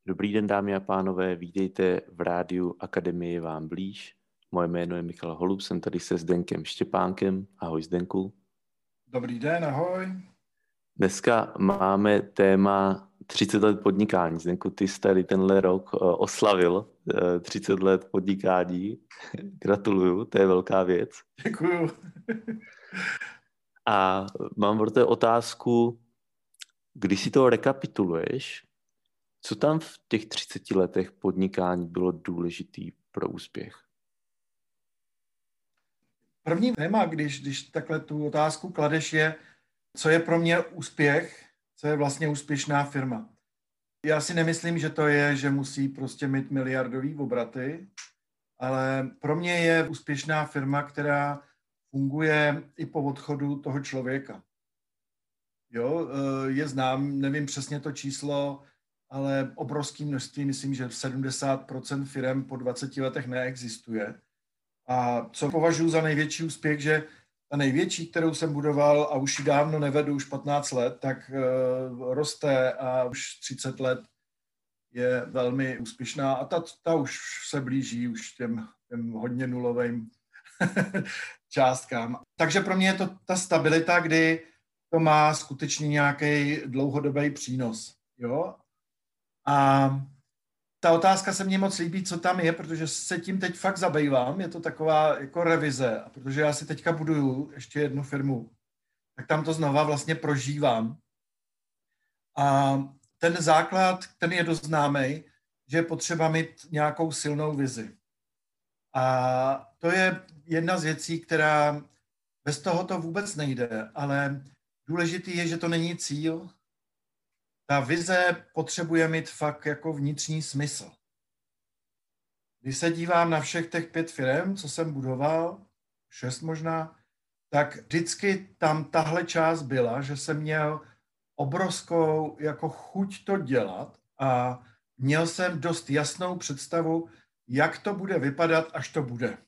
Dobrý den, dámy a pánové, vítejte v rádiu Akademie vám blíž. Moje jméno je Michal Holub, jsem tady se Zdenkem Štěpánkem. Ahoj Zdenku. Dobrý den, ahoj. Dneska máme téma 30 let podnikání. Zdenku, ty jsi tady tenhle rok oslavil 30 let podnikání. Gratuluju, to je velká věc. Děkuju. A mám pro tebe otázku, když si to rekapituluješ, co tam v těch 30 letech podnikání bylo důležitý pro úspěch? První téma, když takhle tu otázku kladeš, je, co je pro mě úspěch, co je vlastně úspěšná firma. Já si nemyslím, že to je, že musí prostě mít miliardový obraty, ale pro mě je úspěšná firma, která funguje i po odchodu toho člověka. Jo, je znám, nevím přesně to číslo, ale obrovské množství, myslím, že 70% firem po 20 letech neexistuje. A co považuji za největší úspěch, že ta největší, kterou jsem budoval a už ji dávno nevedu, už 15 let, tak roste a už 30 let je velmi úspěšná a ta už se blíží už těm hodně nulovým částkám. Takže pro mě je to ta stabilita, kdy to má skutečně nějaký dlouhodobý přínos. Jo? A ta otázka se mně moc líbí, co tam je, protože se tím teď fakt zabývám. Je to taková jako revize. A protože já si teďka buduju ještě jednu firmu, tak tam to znova vlastně prožívám. A ten základ, ten je dost známý, že je potřeba mít nějakou silnou vizi. A to je jedna z věcí, která bez toho to vůbec nejde, ale důležitý je, že to není cíl. Ta vize potřebuje mít fakt jako vnitřní smysl. Když se dívám na všech těch 5 firem, co jsem budoval, 6 možná, tak vždycky tam tahle část byla, že jsem měl obrovskou jako chuť to dělat a měl jsem dost jasnou představu, jak to bude vypadat, až to bude.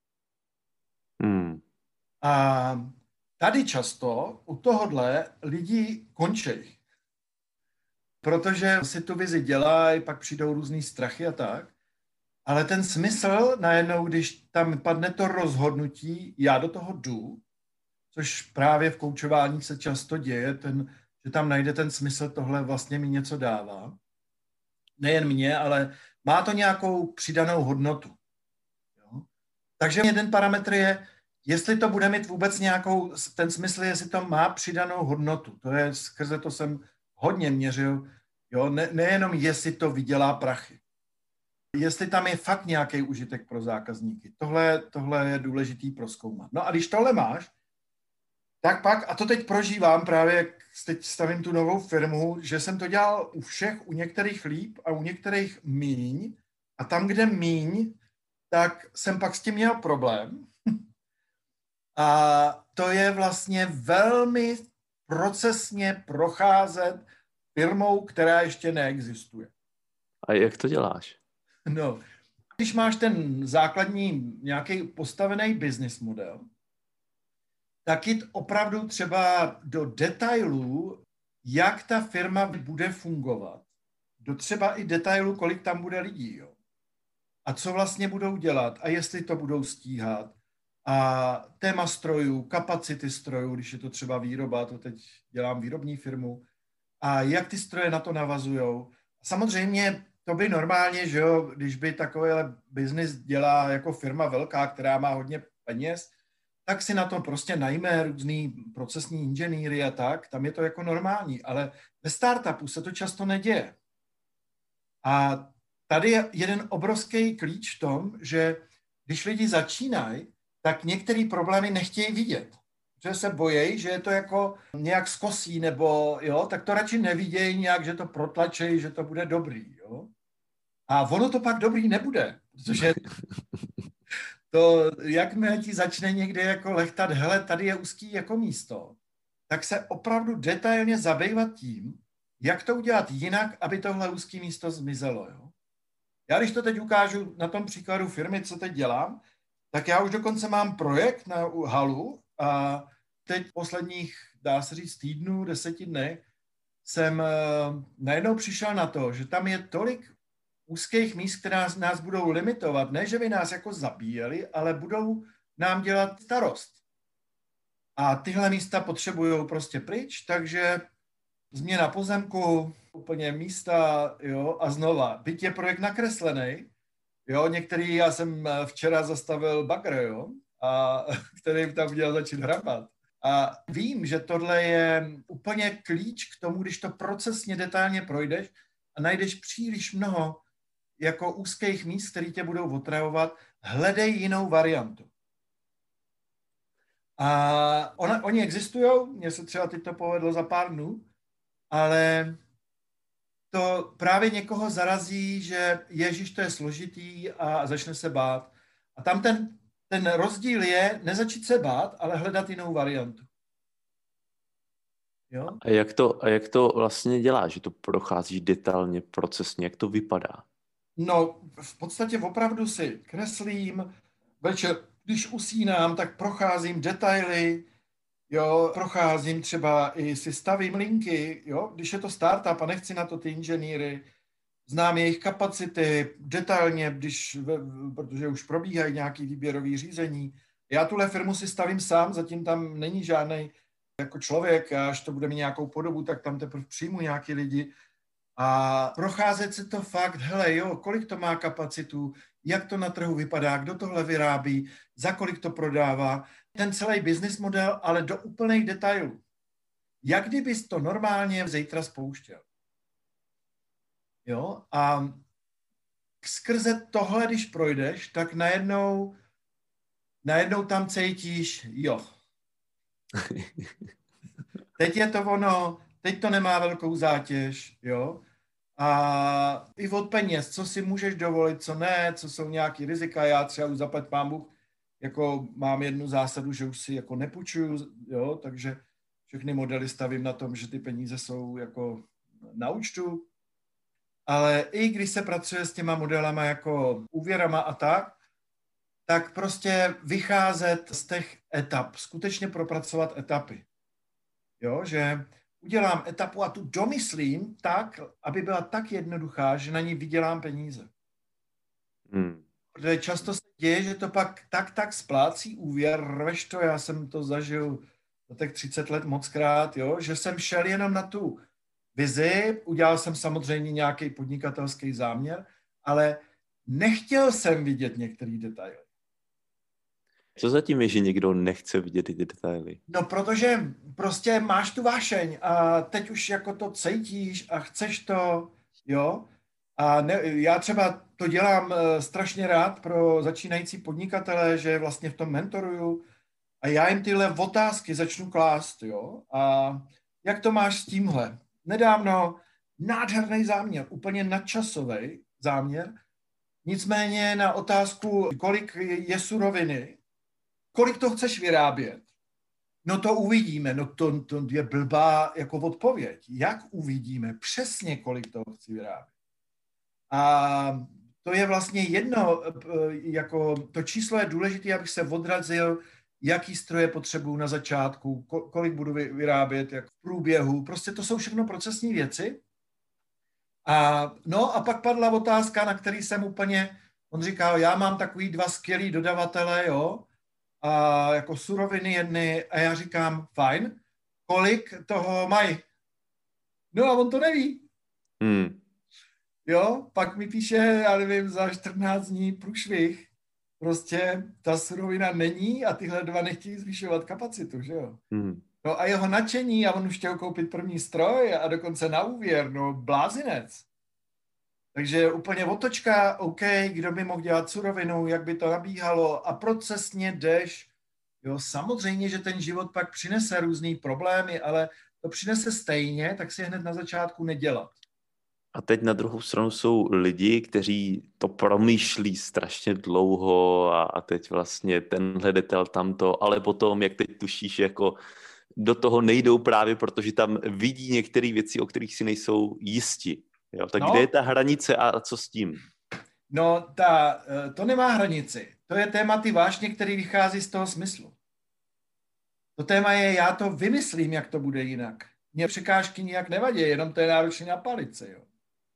A tady často u tohodle lidi končí. Protože si tu vizi dělají, pak přijdou různý strachy a tak. Ale ten smysl najednou, když tam padne to rozhodnutí, já do toho jdu, což právě v koučování se často děje, že tam najde ten smysl, tohle vlastně mi něco dává. Nejen mě, ale má to nějakou přidanou hodnotu. Jo? Takže jeden parametr je, jestli to bude mít vůbec nějakou, ten smysl, jestli to má přidanou hodnotu. To je, skrze to jsem hodně měřil, jo? Nejenom jestli to vydělá prachy. Jestli tam je fakt nějaký užitek pro zákazníky. Tohle je důležitý prozkoumat. No a když tohle máš, tak pak, a to teď prožívám právě, jak teď stavím tu novou firmu, že jsem to dělal u všech, u některých líp a u některých míň. A tam, kde míň, tak jsem pak s tím měl problém. A to je vlastně velmi procesně procházet firmou, která ještě neexistuje. A jak to děláš? No, když máš ten základní nějaký postavený business model, tak jít opravdu třeba do detailů, jak ta firma bude fungovat. Do třeba i detailů, kolik tam bude lidí. Jo? A co vlastně budou dělat a jestli to budou stíhat. A téma strojů, kapacity strojů, když je to třeba výroba, to teď dělám výrobní firmu, a jak ty stroje na to navazujou. Samozřejmě to by normálně, že jo, když by takovýhle biznis dělá jako firma velká, která má hodně peněz, tak si na to prostě najme různý procesní inženýry a tak, tam je to jako normální, ale ve startupu se to často neděje. A tady je jeden obrovský klíč v tom, že když lidi začínají, tak některé problémy nechtějí vidět. Že se bojí, že je to jako nějak zkosí, nebo jo, tak to radši nevidějí nějak, že to protlačí, že to bude dobrý, jo. A ono to pak dobrý nebude, protože to, jakmile ti začne někde jako lechtat, hele, tady je úzký jako místo, tak se opravdu detailně zabývat tím, jak to udělat jinak, aby tohle úzký místo zmizelo, jo. Já když to teď ukážu na tom příkladu firmy, co teď dělám, tak já už dokonce mám projekt na halu a teď posledních, dá se říct, týdnů, 10 dnech jsem najednou přišel na to, že tam je tolik úzkých míst, která nás budou limitovat. Ne, že by nás jako zabíjeli, ale budou nám dělat starost. A tyhle místa potřebují prostě pryč, takže změna pozemku, úplně místa, jo, a znova. Byť je projekt nakreslený, jo, některý, já jsem včera zastavil bagr, jo, a který tam měl začít hrabat. A vím, že tohle je úplně klíč k tomu, když to procesně detailně projdeš a najdeš příliš mnoho jako úzkých míst, které tě budou otravovat, hledej jinou variantu. A oni existují, mně se třeba teď to povedlo za pár dnů, ale to právě někoho zarazí, že Ježíš, to je složitý a začne se bát. A tam ten rozdíl je nezačít se bát, ale hledat jinou variantu. Jo? A jak to vlastně dělá, že to procházíš detailně, procesně, jak to vypadá? No, v podstatě opravdu si kreslím, večer, když usínám, tak procházím detaily, jo, procházím třeba i si stavím linky, jo, když je to startup a nechci na to ty inženýry, znám jejich kapacity detailně, protože už probíhají nějaký výběrový řízení. Já tuhle firmu si stavím sám, zatím tam není žádný jako člověk, až to bude mít nějakou podobu, tak tam teprve přijmu nějaký lidi a procházet se to fakt, hele jo, kolik to má kapacitu, jak to na trhu vypadá, kdo tohle vyrábí, za kolik to prodává, ten celý business model, ale do úplných detailů. Jak kdybys to normálně zítra spouštěl. Jo, a skrze tohle, když projdeš, tak najednou tam cítíš, jo. Teď je to ono, teď to nemá velkou zátěž, jo. A i od peněz, co si můžeš dovolit, co ne, co jsou nějaký rizika. Já třeba už zaplať pán Bůh, jako mám jednu zásadu, že už si jako nepůjčuju, jo, takže všechny modely stavím na tom, že ty peníze jsou jako na účtu. Ale i když se pracuje s těma modelama jako úvěrama a tak prostě vycházet z těch etap, skutečně propracovat etapy. Jo, že udělám etapu a tu domyslím tak, aby byla tak jednoduchá, že na ní vydělám peníze. Protože často se děje, že to pak tak splácí úvěr, rveš to, já jsem to zažil za těch 30 let mockrát, jo, že jsem šel jenom na tu vizi, udělal jsem samozřejmě nějaký podnikatelský záměr, ale nechtěl jsem vidět některé detaily. Co zatím je, že někdo nechce vidět ty detaily? No, protože prostě máš tu vášeň a teď už jako to cítíš a chceš to, jo. A já třeba to dělám strašně rád pro začínající podnikatele, že vlastně v tom mentoruju a já jim tyhle otázky začnu klást, jo. A jak to máš s tímhle? Nedávno nádherný záměr, úplně nadčasový záměr, nicméně na otázku, kolik je suroviny, kolik to chceš vyrábět? No to uvidíme, no to je blbá jako odpověď. Jak uvidíme přesně, kolik toho chci vyrábět? A to je vlastně jedno, jako to číslo je důležité, abych se odrazil, jaký stroje potřebuju na začátku, kolik budu vyrábět, jak v průběhu. Prostě to jsou všechno procesní věci. A pak padla otázka, na který jsem úplně, on říkal, já mám takový 2 skvělý dodavatele, jo, a jako suroviny jedny a já říkám, fajn, kolik toho mají? No a on to neví. Jo, pak mi píše, já nevím, za 14 dní průšvih. Prostě ta surovina není a tyhle 2 nechtějí zvyšovat kapacitu, že jo? No a jeho nadšení a on už chtěl koupit první stroj a dokonce na úvěr, no blázinec. Takže úplně otočka, OK, kdo by mohl dělat surovinu, jak by to nabíhalo a procesně jdeš. Jo, samozřejmě, že ten život pak přinese různý problémy, ale to přinese stejně, tak si hned na začátku nedělat. A teď na druhou stranu jsou lidi, kteří to promýšlí strašně dlouho a teď vlastně tenhle detail tamto, ale potom, jak teď tušíš, jako do toho nejdou právě, protože tam vidí některé věci, o kterých si nejsou jisti. Jo, tak kde je ta hranice a co s tím? No, to nemá hranici. To je téma ty vášně, který vychází z toho smyslu. To téma je, já to vymyslím, jak to bude jinak. Mně překážky nijak nevadí, jenom to je náročné na palici, jo.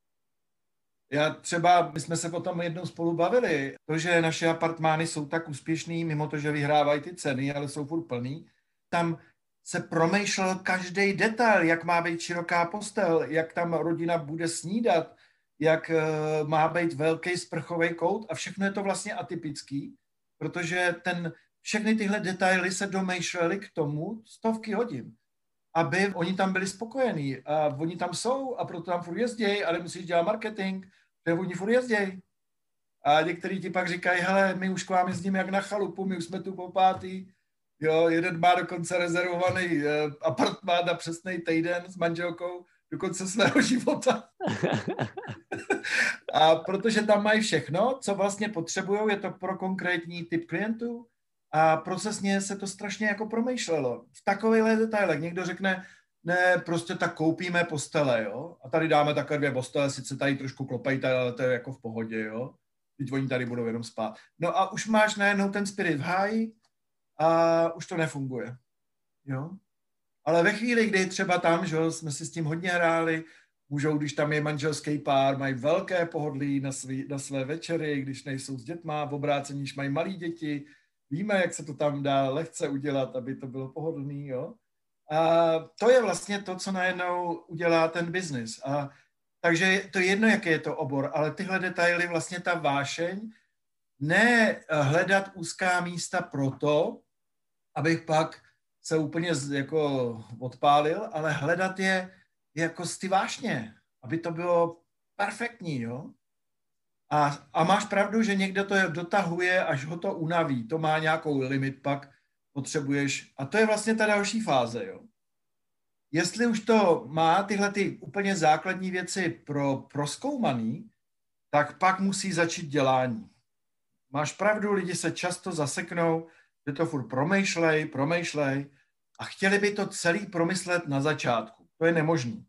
My jsme se potom jednou spolu bavili, to, že naše apartmány jsou tak úspěšný, mimo to, že vyhrávají ty ceny, ale jsou furt plný, tam se promýšlel každý detail, jak má být široká postel, jak tam rodina bude snídat, jak má být velký sprchový kout a všechno je to vlastně atypický, protože všechny tyhle detaily se domýšlely k tomu stovky hodin, aby oni tam byli spokojení a oni tam jsou a proto tam furt jezdějí, ale musíš dělat marketing, protože oni furt jezdějí. A některý ti pak říkají, hele, my už k vám jezdíme jak na chalupu, my už jsme tu po pátý. Jo, jeden má dokonce rezervovaný apartmán na přesný týden s manželkou do konce svého života. A protože tam mají všechno, co vlastně potřebujou, je to pro konkrétní typ klientů a procesně se to strašně jako promýšlelo. V takovýchhle detailech někdo řekne, ne, prostě tak koupíme postele, jo, a tady dáme takové 2 postele, sice tady trošku klopají, ale to je jako v pohodě, jo, teď oni tady budou jenom spát. No a už máš najednou ten spirit v háji a už to nefunguje, jo. Ale ve chvíli, kdy třeba tam, že jsme si s tím hodně hráli, můžou, když tam je manželský pár, mají velké pohodlí na své večery, když nejsou s dětma, v obrácení, když mají malí děti, víme, jak se to tam dá lehce udělat, aby to bylo pohodlný, jo. A to je vlastně to, co najednou udělá ten biznis. A takže to je jedno, jaký je to obor, ale tyhle detaily, vlastně ta vášeň, ne hledat úzká místa proto, abych pak se úplně jako odpálil, ale hledat je jako z ty vášně, aby to bylo perfektní, jo. A máš pravdu, že někdo to dotahuje, až ho to unaví. To má nějakou limit, pak potřebuješ. A to je vlastně ta další fáze, jo. Jestli už to má tyhle ty úplně základní věci prozkoumaný, tak pak musí začít dělání. Máš pravdu, lidi se často zaseknou, že to furt promýšlej a chtěli by to celý promyslet na začátku. To je nemožný.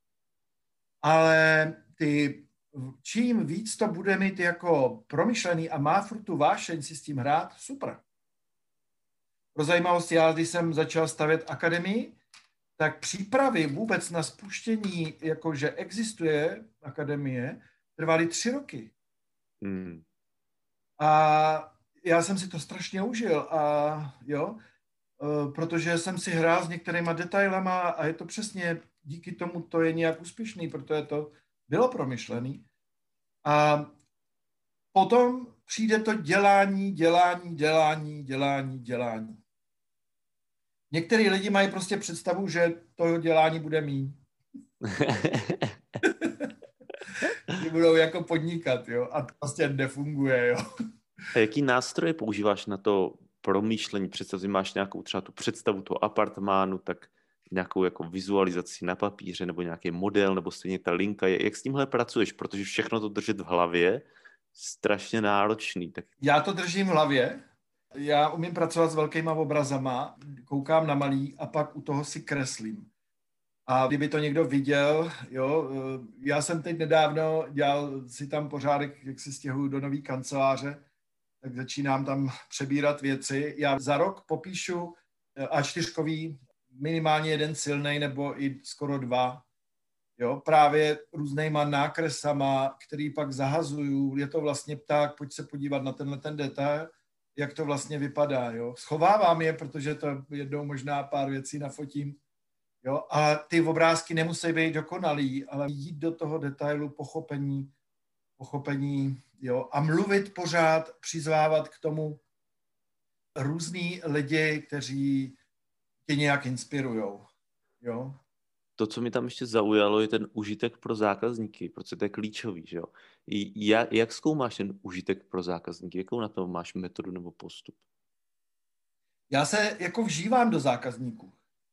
Ale čím víc to bude mít jako promyšlený a má furt tu vášeň si s tím hrát, super. Pro zajímavost, já když jsem začal stavět akademii, tak přípravy vůbec na spuštění, jakože existuje akademie, trvaly 3 roky. A já jsem si to strašně užil a jo, protože jsem si hrál s některýma detailama a je to přesně díky tomu to je nějak úspěšný, protože to bylo promyšlený. A potom přijde to dělání. Některý lidi mají prostě představu, že to dělání bude míň. Že budou jako podnikat, jo, a to prostě nefunguje, jo. A jaký nástroje používáš na to promýšlení? Představ, máš nějakou třeba tu představu toho apartmánu, tak nějakou jako vizualizaci na papíře nebo nějaký model, nebo stejně ta linka. Jak s tímhle pracuješ? Protože všechno to držet v hlavě strašně náročný. Tak... Já to držím v hlavě. Já umím pracovat s velkýma obrazama, koukám na malý a pak u toho si kreslím. A kdyby to někdo viděl, jo, já jsem teď nedávno dělal si tam pořádek, jak se stěhuju do nový kanceláře, tak začínám tam přebírat věci. Já za rok popíšu A4kový, minimálně 1 silnej nebo i skoro 2. Jo, právě různýma nákresama, který pak zahazuju. Je to vlastně pták, pojď se podívat na ten detail, jak to vlastně vypadá. Jo. Schovávám je, protože to jednou možná pár věcí nafotím. Jo, a ty obrázky nemusí být dokonalý, ale jít do toho detailu, pochopení, jo, a mluvit pořád, přizvávat k tomu různý lidi, kteří tě nějak inspirujou, jo. To, co mi tam ještě zaujalo, je ten užitek pro zákazníky, protože to je klíčový, že jo. Jak zkoumáš ten užitek pro zákazníky? Jakou na to máš metodu nebo postup? Já se jako vžívám do zákazníků.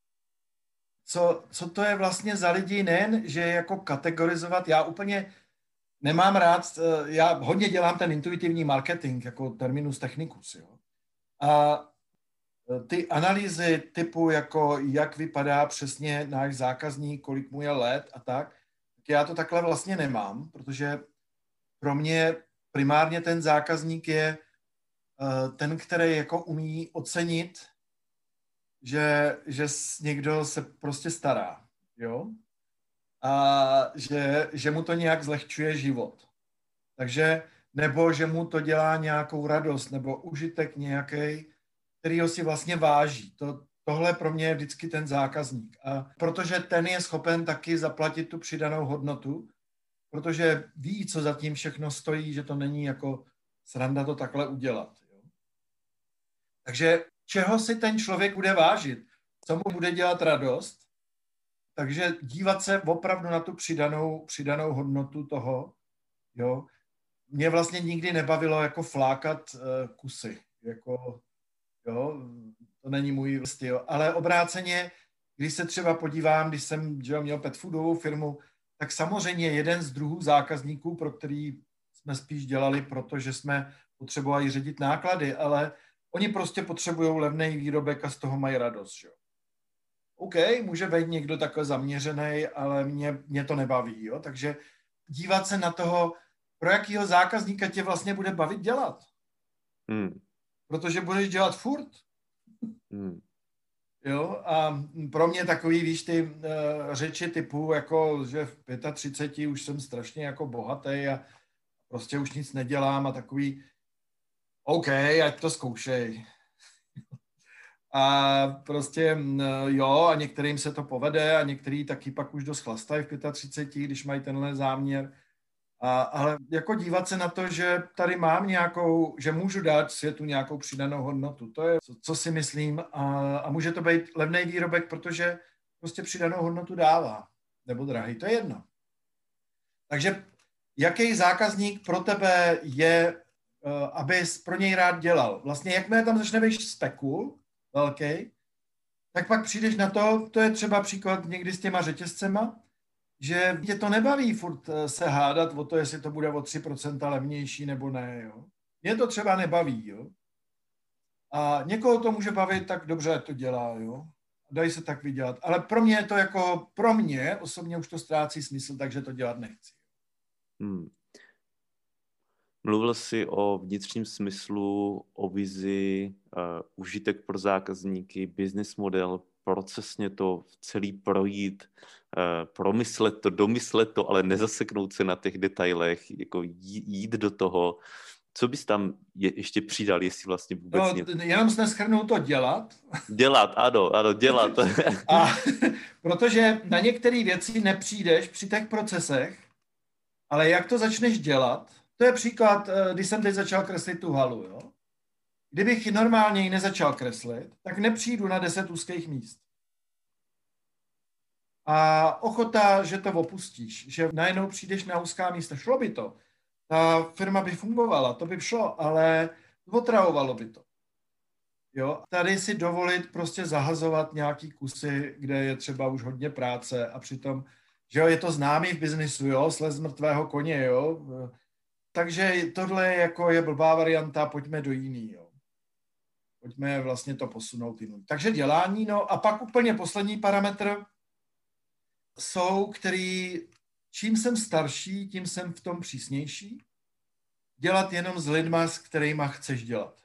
Co to je vlastně za lidi, nejen, že jako kategorizovat, já úplně nemám rád, já hodně dělám ten intuitivní marketing, jako terminus technicus, jo. A ty analýzy typu, jako jak vypadá přesně náš zákazník, kolik mu je let a tak já to takhle vlastně nemám, protože pro mě primárně ten zákazník je ten, který jako umí ocenit, že někdo se prostě stará. jo, a že mu to nějak zlehčuje život. Takže, nebo že mu to dělá nějakou radost, nebo užitek nějaký, kterýho si vlastně váží. Tohle pro mě je vždycky ten zákazník. A protože ten je schopen taky zaplatit tu přidanou hodnotu, protože ví, co za tím všechno stojí, že to není jako sranda to takhle udělat. Jo. Takže čeho si ten člověk bude vážit, co mu bude dělat radost, takže dívat se opravdu na tu přidanou hodnotu toho, jo. Mě vlastně nikdy nebavilo jako flákat kusy, jako, jo, to není můj styl, ale obráceně, když se třeba podívám, když jsem měl pet foodovou firmu, tak samozřejmě jeden z druhů zákazníků, pro který jsme spíš dělali, protože jsme potřebovali řídit náklady, ale oni prostě potřebují levný výrobek a z toho mají radost. Že? OK, může být někdo takhle zaměřený, ale mě to nebaví. Jo? Takže dívat se na toho, pro jakýho zákazníka tě vlastně bude bavit dělat. Protože budeš dělat furt. Jo, a pro mě takový, víš, ty řeči typu, jako, že v 35 už jsem strašně jako bohatý a prostě už nic nedělám a takový, OK, ať to zkoušej. A prostě jo, a některým se to povede a některý taky pak už dost chlastají v 35, když mají tenhle záměr. Ale jako dívat se na to, že tady mám že můžu dát světu nějakou přidanou hodnotu. To je, co si myslím. A může to být levný výrobek, protože prostě přidanou hodnotu dává. Nebo drahý, to je jedno. Takže jaký zákazník pro tebe je, abys pro něj rád dělal? Vlastně jakmile tam začne být spekul velký, tak pak přijdeš na to je třeba příklad někdy s těma řetězcema, že tě to nebaví furt se hádat o to, jestli to bude o 3% levnější nebo ne. Jo? Mě to třeba nebaví. Jo? A někoho to může bavit, tak dobře to dělá. Jo? Dají se tak vydělat. Ale pro mě osobně už to ztrácí smysl, takže to dělat nechci. Mluvil jsi o vnitřním smyslu, o vizi, užitek pro zákazníky, business model, procesně to celý projít, promyslet to, domyslet to, ale nezaseknout se na těch detailech, jako jít do toho. Co bys tam ještě přidal, jestli vlastně vůbec něco? Jenom jsme shrnul to dělat. Dělat, ano, dělat. A protože na některé věci nepřijdeš při těch procesech, ale jak to začneš dělat, to je příklad, když jsem teď začal kreslit tu halu, jo? Kdybych normálně ji nezačal kreslit, tak nepřijdu na 10 úzkých míst. A ochota, že to opustíš, že najednou přijdeš na úzká místa, šlo by to. Ta firma by fungovala, to by šlo, ale otravovalo by to. Jo? Tady si dovolit prostě zahazovat nějaký kusy, kde je třeba už hodně práce a přitom, že jo, je to známý v biznisu, jo, slez z mrtvého koně, jo. Takže tohle je blbá varianta, pojďme do jiný, jo. Pojďme vlastně to posunout jinou. Takže dělání, no a pak úplně poslední parametr jsou, který, čím jsem starší, tím jsem v tom přísnější. Dělat jenom s lidma, s kterýma chceš dělat.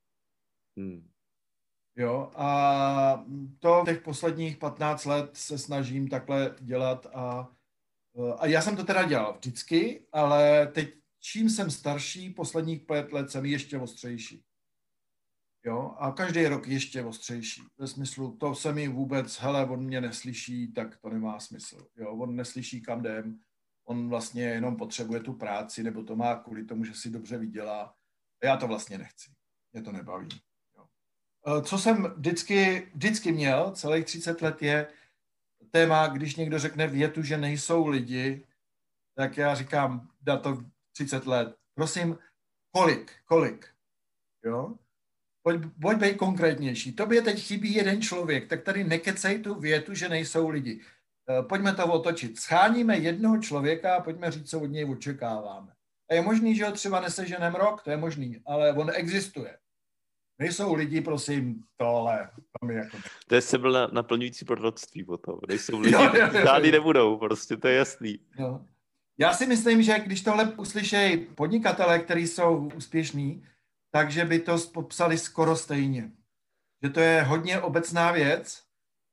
Jo, a to těch posledních 15 let se snažím takhle dělat a já jsem to teda dělal vždycky, ale teď čím jsem starší, posledních 5 let jsem ještě ostřejší. Jo, a každý rok ještě ostřejší. Ve smyslu, to se mi vůbec, hele, on mě neslyší, tak to nemá smysl. Jo, on neslyší, kam jdem, on vlastně jenom potřebuje tu práci, nebo to má kvůli tomu, že si dobře vydělá. A já to vlastně nechci. Mě to nebaví. Jo. Co jsem vždycky měl, celých 30 let je téma, když někdo řekne větu, že nejsou lidi, tak já říkám, dá to 30 let. Prosím, kolik? Jo? Pojď být konkrétnější. Tobě teď chybí jeden člověk, tak tady nekecej tu větu, že nejsou lidi. Pojďme to otočit. Scháníme jednoho člověka a pojďme říct, co od něj očekáváme. A je možný, že ho třeba neseženem rok, to je možný, ale on existuje. Nejsou lidi, prosím, tohle. To je sebe naplňující proroctví potom. Nejsou lidi, žádný nebudou, prostě to je jasný. Jo. Já si myslím, že když tohle uslyšejí podnikatelé, kteří jsou úspěšní, takže by to popsali skoro stejně. Že to je hodně obecná věc,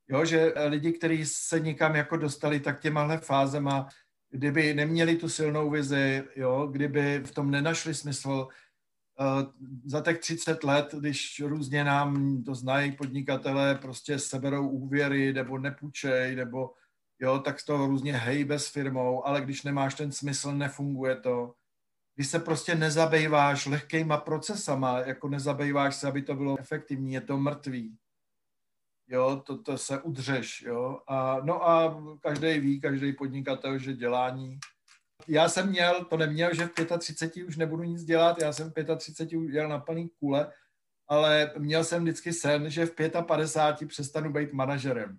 Jo, že lidi, kteří se někam jako dostali, tak těmahle fázema, kdyby neměli tu silnou vizi, jo, kdyby v tom nenašli smysl, za těch 30 let, když různě nám to znají podnikatelé, prostě seberou úvěry nebo nepůjčej, nebo jo, tak to různě hejbe s firmou, ale když nemáš ten smysl, nefunguje to. Když se prostě nezabýváš lehkýma procesama, jako nezabýváš se, aby to bylo efektivní, je to mrtvý. Jo, to se udřeš, jo. No a každý podnikatel, že dělání. Já jsem neměl, že v 35 už nebudu nic dělat, já jsem v 35 jel na plný kule, ale měl jsem vždycky sen, že v 55 přestanu být manažerem.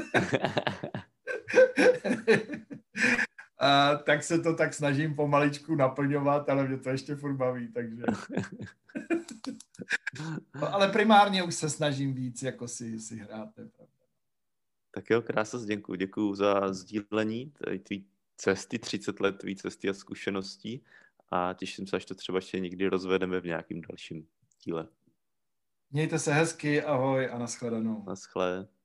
A tak se to tak snažím pomaličku naplňovat, ale mě to ještě furt baví, takže... No, ale primárně už se snažím víc jako si hrát, to je pravda. Tak jo, krása, Zdeňku, děkuju za sdílení tvý cesty, 30 let tvý cesty a zkušeností a těším se, až to třeba ještě někdy rozvedeme v nějakým dalším díle. Mějte se hezky, ahoj a nashledanou. Naschle.